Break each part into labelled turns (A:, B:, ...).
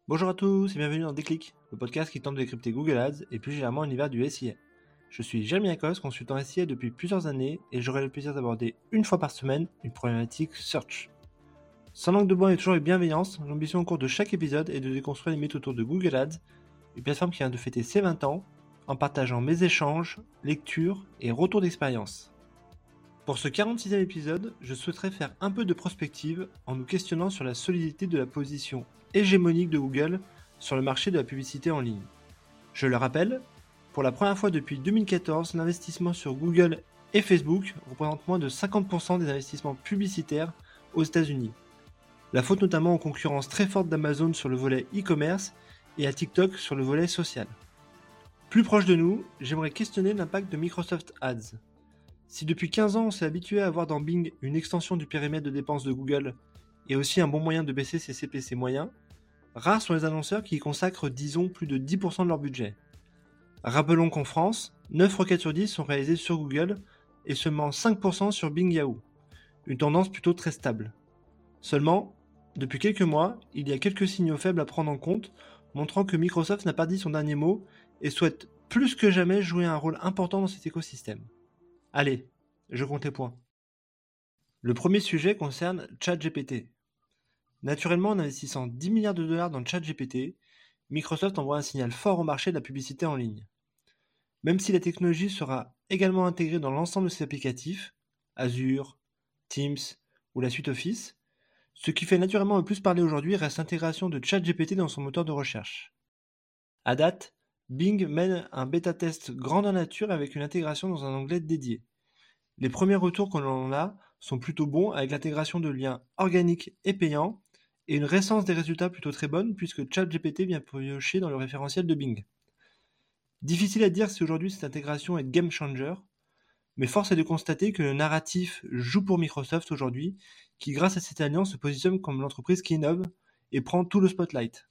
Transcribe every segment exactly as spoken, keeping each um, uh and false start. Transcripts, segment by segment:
A: Bonjour à tous et bienvenue dans Déclic, le podcast qui tente de décrypter Google Ads et plus généralement l'univers du S I A. Je suis Jérémy Akos, consultant S I A depuis plusieurs années et j'aurai le plaisir d'aborder une fois par semaine une problématique search. Sans langue de bois et toujours avec bienveillance, l'ambition au cours de chaque épisode est de déconstruire les mythes autour de Google Ads, une plateforme qui vient de fêter ses vingt ans, en partageant mes échanges, lectures et retours d'expérience. Pour ce quarante-sixième épisode, je souhaiterais faire un peu de prospective en nous questionnant sur la solidité de la position hégémonique de Google sur le marché de la publicité en ligne. Je le rappelle, pour la première fois depuis deux mille quatorze, l'investissement sur Google et Facebook représente moins de cinquante pour cent des investissements publicitaires aux États-Unis. La faute notamment aux concurrences très fortes d'Amazon sur le volet e-commerce et à TikTok sur le volet social. Plus proche de nous, j'aimerais questionner l'impact de Microsoft Ads. Si depuis quinze ans on s'est habitué à voir dans Bing une extension du périmètre de dépenses de Google et aussi un bon moyen de baisser ses C P C moyens, rares sont les annonceurs qui y consacrent disons plus de dix pour cent de leur budget. Rappelons qu'en France, neuf requêtes sur dix sont réalisées sur Google et seulement cinq pour cent sur Bing Yahoo, une tendance plutôt très stable. Seulement, depuis quelques mois, il y a quelques signaux faibles à prendre en compte, montrant que Microsoft n'a pas dit son dernier mot et souhaite plus que jamais jouer un rôle important dans cet écosystème. Allez, je compte les points. Le premier sujet concerne ChatGPT. Naturellement, en investissant dix milliards de dollars dans ChatGPT, Microsoft envoie un signal fort au marché de la publicité en ligne. Même si la technologie sera également intégrée dans l'ensemble de ses applicatifs, Azure, Teams ou la suite Office, ce qui fait naturellement le plus parler aujourd'hui reste l'intégration de ChatGPT dans son moteur de recherche. À date, Bing mène un bêta-test grandeur nature avec une intégration dans un onglet dédié. Les premiers retours qu'on en a sont plutôt bons avec l'intégration de liens organiques et payants et une récence des résultats plutôt très bonne puisque ChatGPT vient piocher dans le référentiel de Bing. Difficile à dire si aujourd'hui cette intégration est game changer, mais force est de constater que le narratif joue pour Microsoft aujourd'hui qui grâce à cette alliance se positionne comme l'entreprise qui innove et prend tout le spotlight.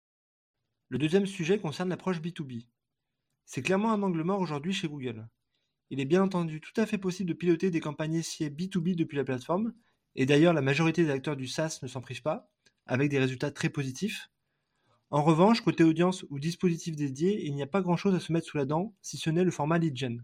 A: Le deuxième sujet concerne l'approche B deux B. C'est clairement un angle mort aujourd'hui chez Google. Il est bien entendu tout à fait possible de piloter des campagnes S I A B deux B depuis la plateforme, et d'ailleurs la majorité des acteurs du SaaS ne s'en privent pas, avec des résultats très positifs. En revanche, côté audience ou dispositif dédié, il n'y a pas grand chose à se mettre sous la dent, si ce n'est le format lead gen.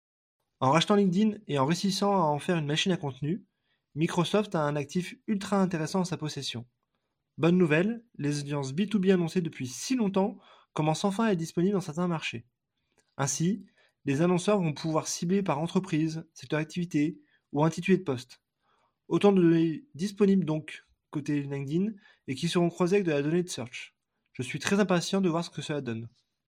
A: En rachetant LinkedIn et en réussissant à en faire une machine à contenu, Microsoft a un actif ultra intéressant en sa possession. Bonne nouvelle, les audiences B deux B annoncées depuis si longtemps commencent enfin à être disponibles dans certains marchés. Ainsi, les annonceurs vont pouvoir cibler par entreprise, secteur d'activité ou intitulé de poste. Autant de données disponibles donc côté LinkedIn et qui seront croisées avec de la donnée de search. Je suis très impatient de voir ce que cela donne.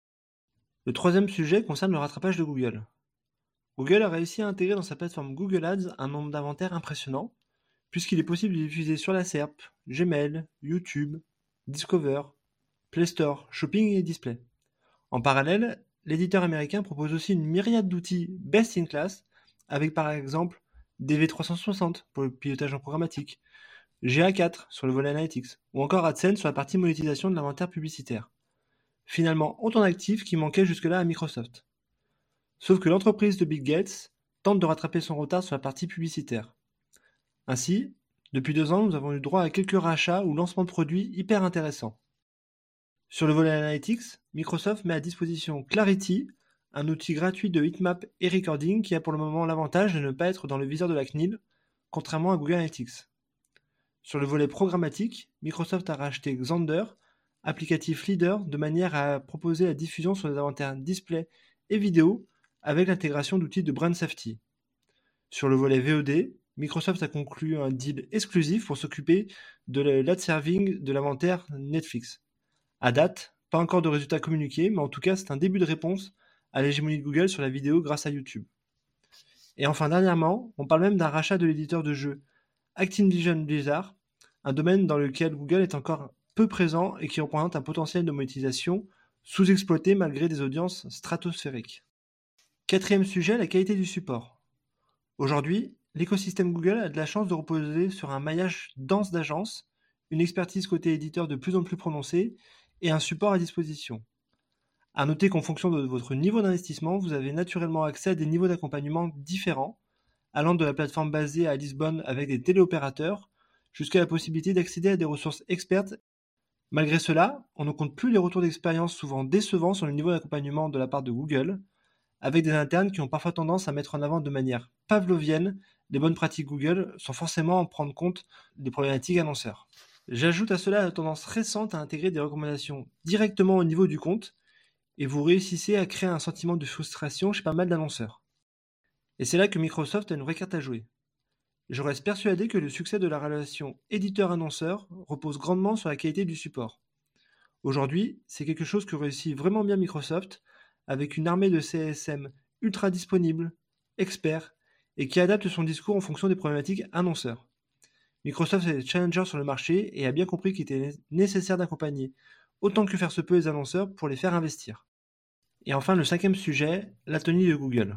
A: Le troisième sujet concerne le rattrapage de Google. Google a réussi à intégrer dans sa plateforme Google Ads un nombre d'inventaires impressionnant, puisqu'il est possible de diffuser sur la S E R P, Gmail, YouTube, Discover, Play Store, Shopping et Display. En parallèle, l'éditeur américain propose aussi une myriade d'outils best in class, avec par exemple D V trois cent soixante pour le pilotage en programmatique, G A quatre sur le volet Analytics, ou encore AdSense sur la partie monétisation de l'inventaire publicitaire. Finalement, autant d'actifs qui manquaient jusque-là à Microsoft. Sauf que l'entreprise de Bill Gates tente de rattraper son retard sur la partie publicitaire. Ainsi, depuis deux ans, nous avons eu droit à quelques rachats ou lancements de produits hyper intéressants. Sur le volet Analytics, Microsoft met à disposition Clarity, un outil gratuit de heatmap et recording qui a pour le moment l'avantage de ne pas être dans le viseur de la C N I L, contrairement à Google Analytics. Sur le volet programmatique, Microsoft a racheté Xandr, applicatif leader, de manière à proposer la diffusion sur des inventaires display et vidéo avec l'intégration d'outils de brand safety. Sur le volet V O D, Microsoft a conclu un deal exclusif pour s'occuper de l'ad serving de l'inventaire Netflix. À date, pas encore de résultats communiqués, mais en tout cas c'est un début de réponse à l'hégémonie de Google sur la vidéo grâce à YouTube. Et enfin dernièrement, on parle même d'un rachat de l'éditeur de jeux Activision Blizzard, un domaine dans lequel Google est encore peu présent et qui représente un potentiel de monétisation sous-exploité malgré des audiences stratosphériques. Quatrième sujet, la qualité du support. Aujourd'hui, l'écosystème Google a de la chance de reposer sur un maillage dense d'agences, une expertise côté éditeur de plus en plus prononcée et un support à disposition. À noter qu'en fonction de votre niveau d'investissement, vous avez naturellement accès à des niveaux d'accompagnement différents, allant de la plateforme basée à Lisbonne avec des téléopérateurs, jusqu'à la possibilité d'accéder à des ressources expertes Malgré cela, on ne compte plus les retours d'expérience souvent décevants sur le niveau d'accompagnement de la part de Google, avec des internes qui ont parfois tendance à mettre en avant de manière pavlovienne les bonnes pratiques Google sans forcément en prendre compte des problématiques annonceurs. J'ajoute à cela la tendance récente à intégrer des recommandations directement au niveau du compte, et vous réussissez à créer un sentiment de frustration chez pas mal d'annonceurs. Et c'est là que Microsoft a une vraie carte à jouer. Je reste persuadé que le succès de la relation éditeur-annonceur repose grandement sur la qualité du support. Aujourd'hui, c'est quelque chose que réussit vraiment bien Microsoft, avec une armée de C S M ultra disponible, expert, et qui adapte son discours en fonction des problématiques annonceurs. Microsoft est challenger sur le marché et a bien compris qu'il était nécessaire d'accompagner autant que faire se peut les annonceurs pour les faire investir. Et enfin, le cinquième sujet, l'atonie de Google.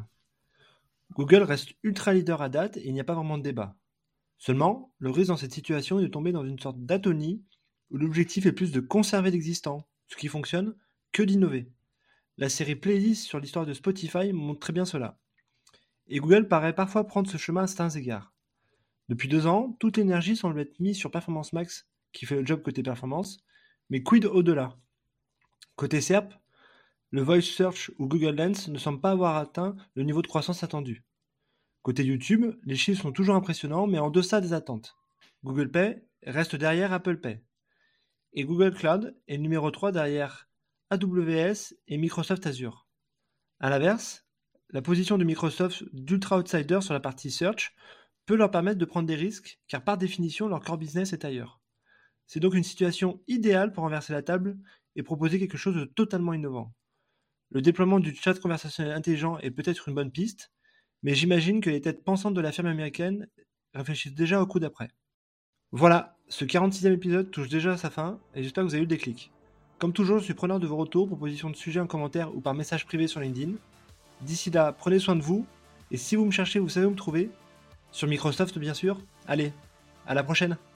A: Google reste ultra leader à date et il n'y a pas vraiment de débat. Seulement, le risque dans cette situation est de tomber dans une sorte d'atonie où l'objectif est plus de conserver l'existant, ce qui fonctionne, que d'innover. La série Playlist sur l'histoire de Spotify montre très bien cela. Et Google paraît parfois prendre ce chemin à certains égards. Depuis deux ans, toute l'énergie semble être mise sur Performance Max, qui fait le job côté performance, mais quid au-delà? Côté S E R P, le Voice Search ou Google Lens ne semblent pas avoir atteint le niveau de croissance attendu. Côté YouTube, les chiffres sont toujours impressionnants, mais en deçà des attentes. Google Pay reste derrière Apple Pay. Et Google Cloud est le numéro trois derrière A W S et Microsoft Azure. A l'inverse, la position de Microsoft d'ultra outsider sur la partie search peut leur permettre de prendre des risques, car par définition, leur core business est ailleurs. C'est donc une situation idéale pour renverser la table et proposer quelque chose de totalement innovant. Le déploiement du chat conversationnel intelligent est peut-être une bonne piste, mais j'imagine que les têtes pensantes de la firme américaine réfléchissent déjà au coup d'après. Voilà, ce quarante-sixième épisode touche déjà à sa fin et j'espère que vous avez eu le déclic. Comme toujours, je suis preneur de vos retours, propositions de sujets en commentaire ou par message privé sur LinkedIn. D'ici là, prenez soin de vous et si vous me cherchez, vous savez où me trouver. Sur Microsoft bien sûr. Allez, à la prochaine!